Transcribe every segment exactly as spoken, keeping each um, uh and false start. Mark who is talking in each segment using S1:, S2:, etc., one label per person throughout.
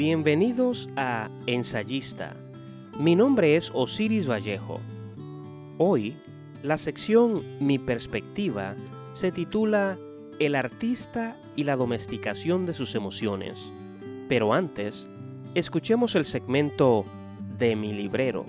S1: Bienvenidos a Ensayista. Mi nombre es Osiris Vallejo. Hoy, la sección Mi Perspectiva se titula El artista y la domesticación de sus emociones. Pero antes, escuchemos el segmento de Mi Librero.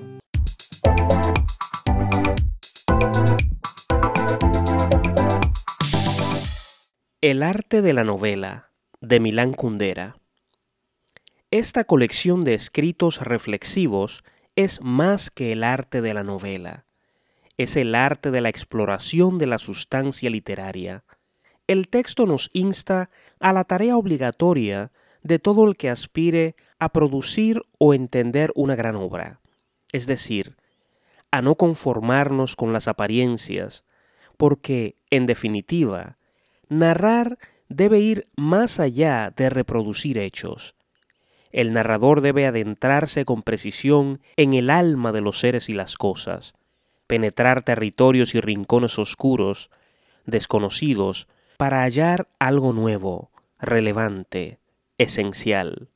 S1: El arte de la novela, de Milán Kundera. Esta colección de escritos reflexivos es más que el arte de la novela. Es el arte de la exploración de la sustancia literaria. El texto nos insta a la tarea obligatoria de todo el que aspire a producir o entender una gran obra, es decir, a no conformarnos con las apariencias, porque, en definitiva, narrar debe ir más allá de reproducir hechos. El narrador debe adentrarse con precisión en el alma de los seres y las cosas, penetrar territorios y rincones oscuros, desconocidos, para hallar algo nuevo, relevante, esencial.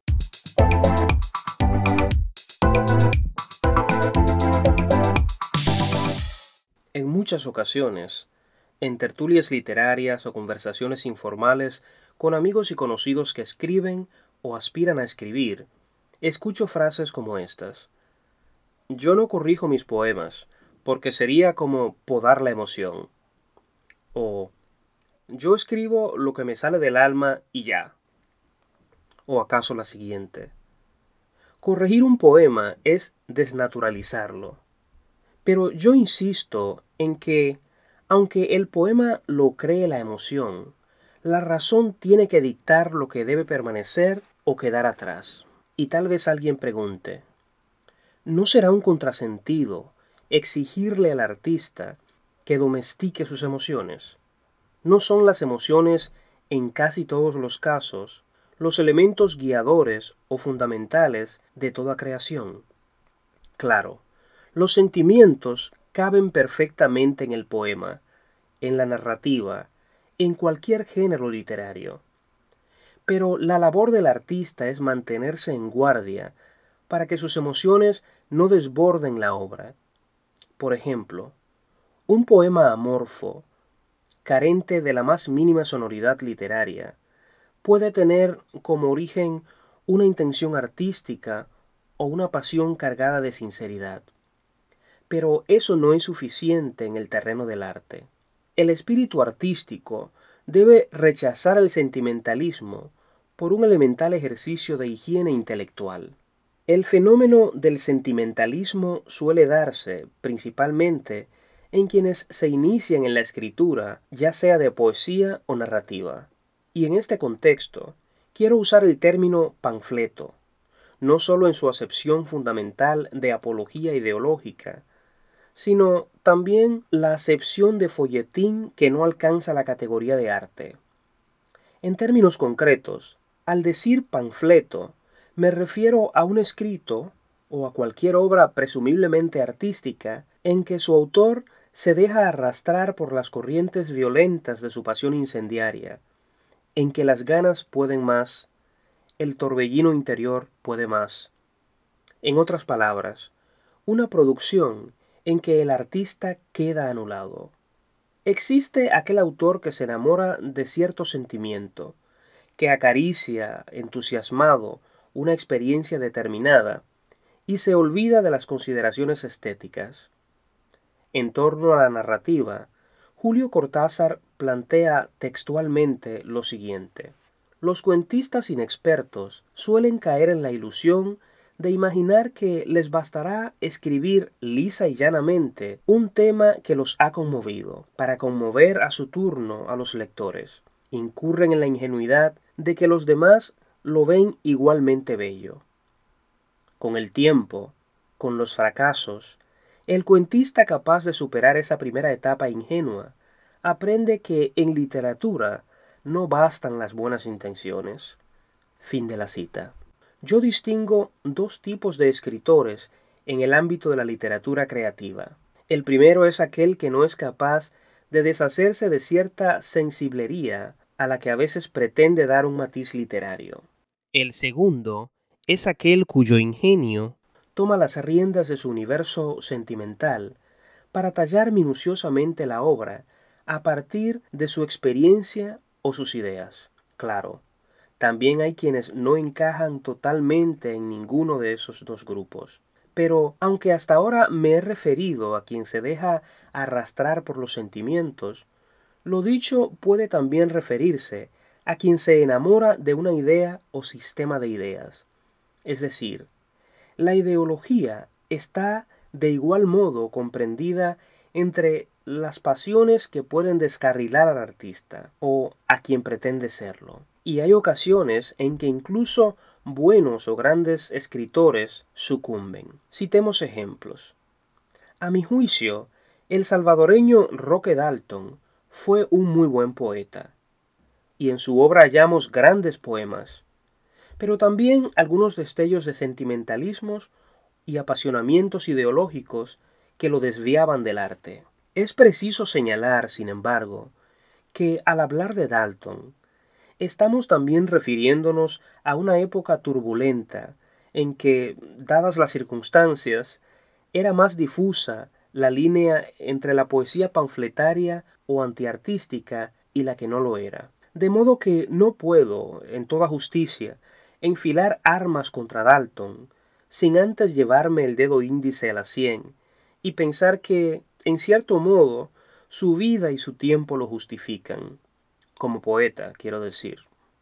S1: En muchas ocasiones, en tertulias literarias o conversaciones informales con amigos y conocidos que escriben o aspiran a escribir, escucho frases como estas. Yo no corrijo mis poemas, porque sería como podar la emoción. O yo escribo lo que me sale del alma y ya. O acaso la siguiente. Corregir un poema es desnaturalizarlo. Pero yo insisto en que, aunque el poema lo cree la emoción, la razón tiene que dictar lo que debe permanecer o quedar atrás. Y tal vez alguien pregunte, ¿no será un contrasentido exigirle al artista que domestique sus emociones? ¿No son las emociones, en casi todos los casos, los elementos guiadores o fundamentales de toda creación? Claro, los sentimientos caben perfectamente en el poema, en la narrativa, en cualquier género literario. Pero la labor del artista es mantenerse en guardia para que sus emociones no desborden la obra. Por ejemplo, un poema amorfo, carente de la más mínima sonoridad literaria, puede tener como origen una intención artística o una pasión cargada de sinceridad. Pero eso no es suficiente en el terreno del arte. El espíritu artístico debe rechazar el sentimentalismo por un elemental ejercicio de higiene intelectual. El fenómeno del sentimentalismo suele darse, principalmente, en quienes se inician en la escritura, ya sea de poesía o narrativa. Y en este contexto, quiero usar el término panfleto, no solo en su acepción fundamental de apología ideológica, sino también la acepción de folletín que no alcanza la categoría de arte. En términos concretos, al decir panfleto, me refiero a un escrito o a cualquier obra presumiblemente artística en que su autor se deja arrastrar por las corrientes violentas de su pasión incendiaria, en que las ganas pueden más, el torbellino interior puede más. En otras palabras, una producción en que el artista queda anulado. Existe aquel autor que se enamora de cierto sentimiento, que acaricia, entusiasmado, una experiencia determinada y se olvida de las consideraciones estéticas. En torno a la narrativa, Julio Cortázar plantea textualmente lo siguiente. Los cuentistas inexpertos suelen caer en la ilusión de imaginar que les bastará escribir lisa y llanamente un tema que los ha conmovido, para conmover a su turno a los lectores. Incurren en la ingenuidad de que los demás lo ven igualmente bello. Con el tiempo, con los fracasos, el cuentista capaz de superar esa primera etapa ingenua aprende que en literatura no bastan las buenas intenciones. Fin de la cita. Yo distingo dos tipos de escritores en el ámbito de la literatura creativa. El primero es aquel que no es capaz de deshacerse de cierta sensiblería a la que a veces pretende dar un matiz literario. El segundo es aquel cuyo ingenio toma las riendas de su universo sentimental para tallar minuciosamente la obra a partir de su experiencia o sus ideas. Claro, también hay quienes no encajan totalmente en ninguno de esos dos grupos. Pero aunque hasta ahora me he referido a quien se deja arrastrar por los sentimientos, lo dicho puede también referirse a quien se enamora de una idea o sistema de ideas. Es decir, la ideología está de igual modo comprendida entre las pasiones que pueden descarrilar al artista o a quien pretende serlo. Y hay ocasiones en que incluso buenos o grandes escritores sucumben. Citemos ejemplos. A mi juicio, el salvadoreño Roque Dalton fue un muy buen poeta, y en su obra hallamos grandes poemas, pero también algunos destellos de sentimentalismos y apasionamientos ideológicos que lo desviaban del arte. Es preciso señalar, sin embargo, que al hablar de Dalton, estamos también refiriéndonos a una época turbulenta en que, dadas las circunstancias, era más difusa la línea entre la poesía panfletaria o antiartística y la que no lo era. De modo que no puedo, en toda justicia, enfilar armas contra Dalton sin antes llevarme el dedo índice a la sien y pensar que, en cierto modo, su vida y su tiempo lo justifican. Como poeta, quiero decir.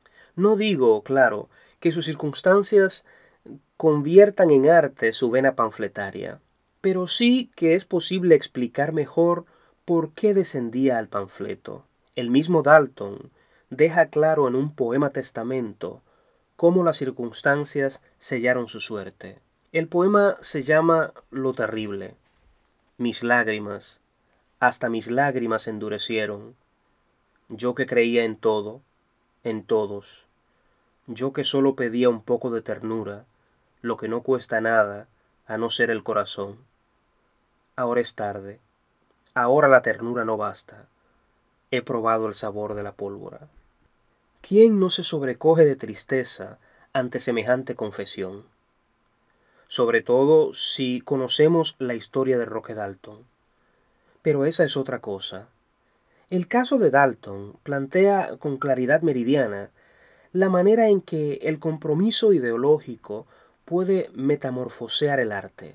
S1: No digo, claro, que sus circunstancias conviertan en arte su vena panfletaria, pero sí que es posible explicar mejor por qué descendía al panfleto. El mismo Dalton deja claro en un poema testamento cómo las circunstancias sellaron su suerte. El poema se llama Lo terrible. Mis lágrimas, hasta mis lágrimas endurecieron. Yo que creía en todo, en todos. Yo que solo pedía un poco de ternura, lo que no cuesta nada, a no ser el corazón. Ahora es tarde. Ahora la ternura no basta. He probado el sabor de la pólvora. ¿Quién no se sobrecoge de tristeza ante semejante confesión? Sobre todo si conocemos la historia de Roque Dalton. Pero esa es otra cosa. El caso de Dalton plantea con claridad meridiana la manera en que el compromiso ideológico puede metamorfosear el arte.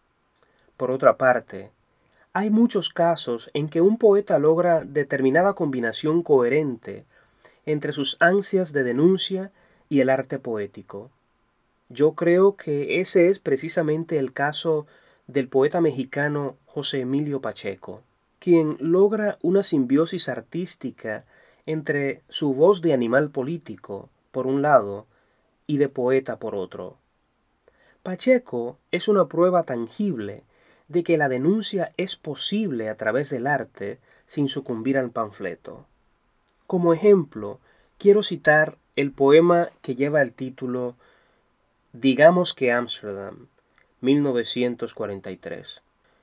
S1: Por otra parte, hay muchos casos en que un poeta logra determinada combinación coherente entre sus ansias de denuncia y el arte poético. Yo creo que ese es precisamente el caso del poeta mexicano José Emilio Pacheco, quien logra una simbiosis artística entre su voz de animal político, por un lado, y de poeta por otro. Pacheco es una prueba tangible de que la denuncia es posible a través del arte sin sucumbir al panfleto. Como ejemplo, quiero citar el poema que lleva el título Digamos que Ámsterdam, mil novecientos cuarenta y tres.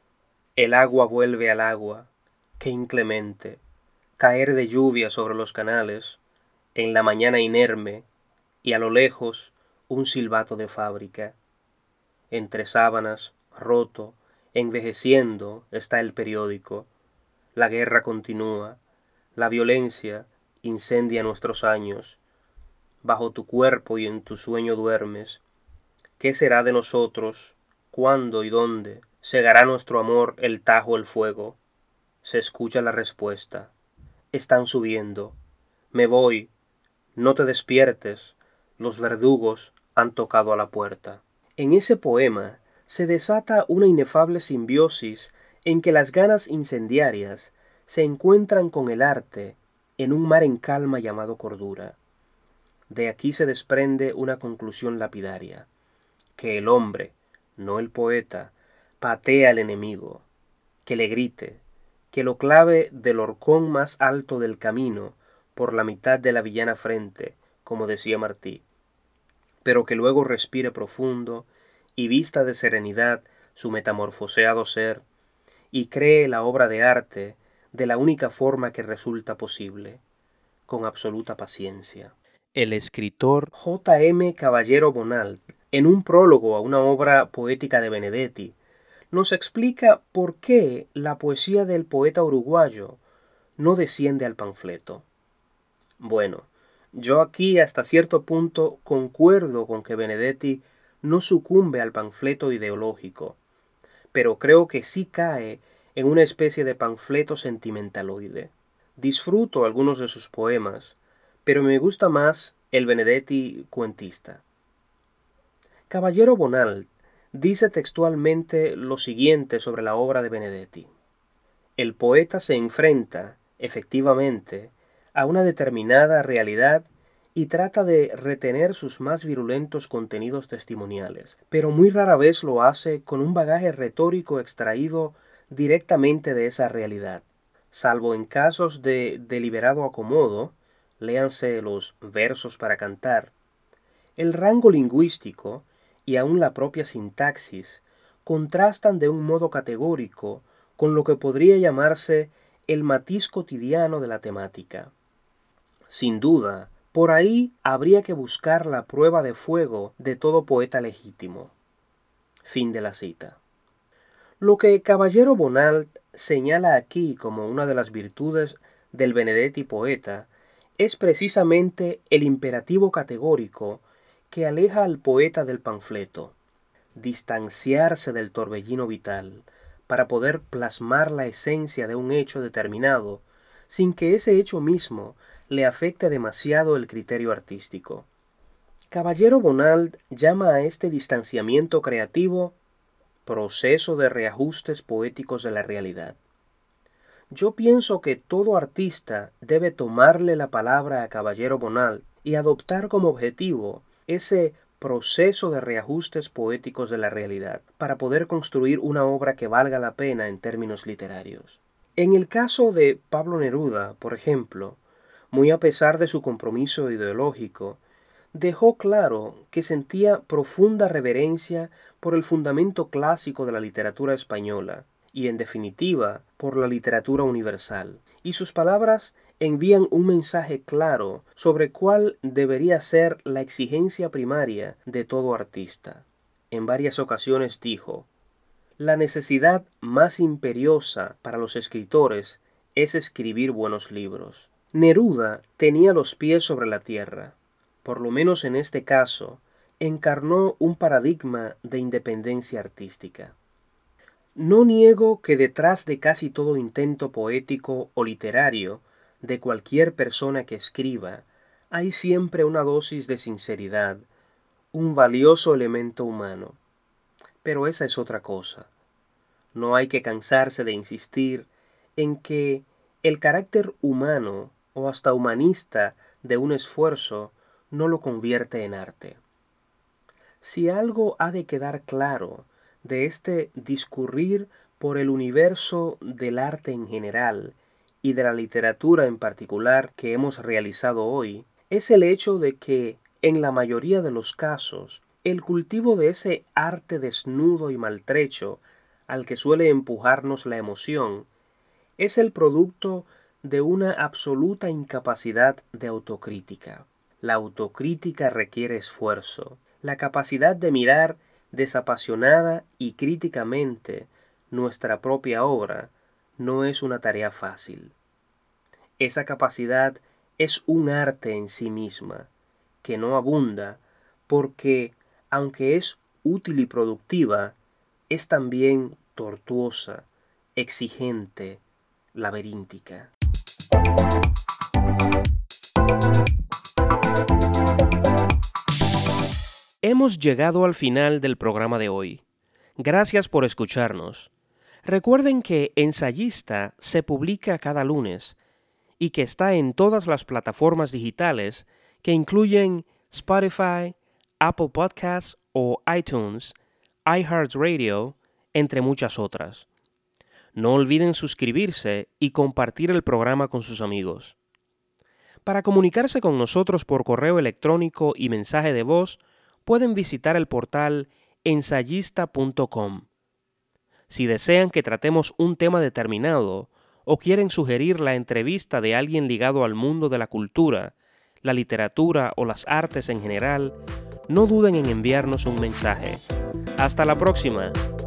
S1: El agua vuelve al agua, qué inclemente, caer de lluvia sobre los canales, en la mañana inerme, y a lo lejos un silbato de fábrica. Entre sábanas, roto, envejeciendo, está el periódico. La guerra continúa, la violencia incendia nuestros años. Bajo tu cuerpo y en tu sueño duermes. ¿Qué será de nosotros? ¿Cuándo y dónde? ¿Cegará nuestro amor el tajo el fuego? Se escucha la respuesta. Están subiendo. Me voy. No te despiertes. Los verdugos han tocado a la puerta. En ese poema se desata una inefable simbiosis en que las ganas incendiarias se encuentran con el arte en un mar en calma llamado cordura. De aquí se desprende una conclusión lapidaria, que el hombre, no el poeta, patea al enemigo, que le grite, que lo clave del horcón más alto del camino por la mitad de la villana frente, como decía Martí, pero que luego respire profundo y vista de serenidad su metamorfoseado ser y cree la obra de arte de la única forma que resulta posible, con absoluta paciencia. El escritor J. M. Caballero Bonald en un prólogo a una obra poética de Benedetti, nos explica por qué la poesía del poeta uruguayo no desciende al panfleto. Bueno, yo aquí hasta cierto punto concuerdo con que Benedetti no sucumbe al panfleto ideológico, pero creo que sí cae en una especie de panfleto sentimentaloide. Disfruto algunos de sus poemas, pero me gusta más el Benedetti cuentista. Caballero Bonald dice textualmente lo siguiente sobre la obra de Benedetti. El poeta se enfrenta, efectivamente, a una determinada realidad y trata de retener sus más virulentos contenidos testimoniales, pero muy rara vez lo hace con un bagaje retórico extraído directamente de esa realidad, salvo en casos de deliberado acomodo, léanse los versos para cantar. El rango lingüístico y aun la propia sintaxis contrastan de un modo categórico con lo que podría llamarse el matiz cotidiano de la temática. Sin duda, por ahí habría que buscar la prueba de fuego de todo poeta legítimo. Fin de la cita. Lo que Caballero Bonald señala aquí como una de las virtudes del Benedetti poeta es precisamente el imperativo categórico que aleja al poeta del panfleto, distanciarse del torbellino vital, para poder plasmar la esencia de un hecho determinado, sin que ese hecho mismo le afecte demasiado el criterio artístico. Caballero Bonald llama a este distanciamiento creativo proceso de reajustes poéticos de la realidad. Yo pienso que todo artista debe tomarle la palabra a Caballero Bonald y adoptar como objetivo ese proceso de reajustes poéticos de la realidad para poder construir una obra que valga la pena en términos literarios. En el caso de Pablo Neruda, por ejemplo, muy a pesar de su compromiso ideológico, dejó claro que sentía profunda reverencia por el fundamento clásico de la literatura española y, en definitiva, por la literatura universal, y sus palabras envían un mensaje claro sobre cuál debería ser la exigencia primaria de todo artista. En varias ocasiones dijo: la necesidad más imperiosa para los escritores es escribir buenos libros. Neruda tenía los pies sobre la tierra. Por lo menos en este caso, encarnó un paradigma de independencia artística. No niego que detrás de casi todo intento poético o literario de cualquier persona que escriba, hay siempre una dosis de sinceridad, un valioso elemento humano. Pero esa es otra cosa. No hay que cansarse de insistir en que el carácter humano o hasta humanista de un esfuerzo no lo convierte en arte. Si algo ha de quedar claro de este discurrir por el universo del arte en general y de la literatura en particular que hemos realizado hoy, es el hecho de que, en la mayoría de los casos, el cultivo de ese arte desnudo y maltrecho al que suele empujarnos la emoción es el producto de una absoluta incapacidad de autocrítica. La autocrítica requiere esfuerzo. La capacidad de mirar desapasionada y críticamente nuestra propia obra no es una tarea fácil. Esa capacidad es un arte en sí misma, que no abunda, porque, aunque es útil y productiva, es también tortuosa, exigente, laberíntica. Hemos llegado al final del programa de hoy. Gracias por escucharnos. Recuerden que Ensayista se publica cada lunes y que está en todas las plataformas digitales que incluyen Spotify, Apple Podcasts o iTunes, iHeartRadio, entre muchas otras. No olviden suscribirse y compartir el programa con sus amigos. Para comunicarse con nosotros por correo electrónico y mensaje de voz, pueden visitar el portal ensayista punto com. Si desean que tratemos un tema determinado o quieren sugerir la entrevista de alguien ligado al mundo de la cultura, la literatura o las artes en general, no duden en enviarnos un mensaje. Hasta la próxima.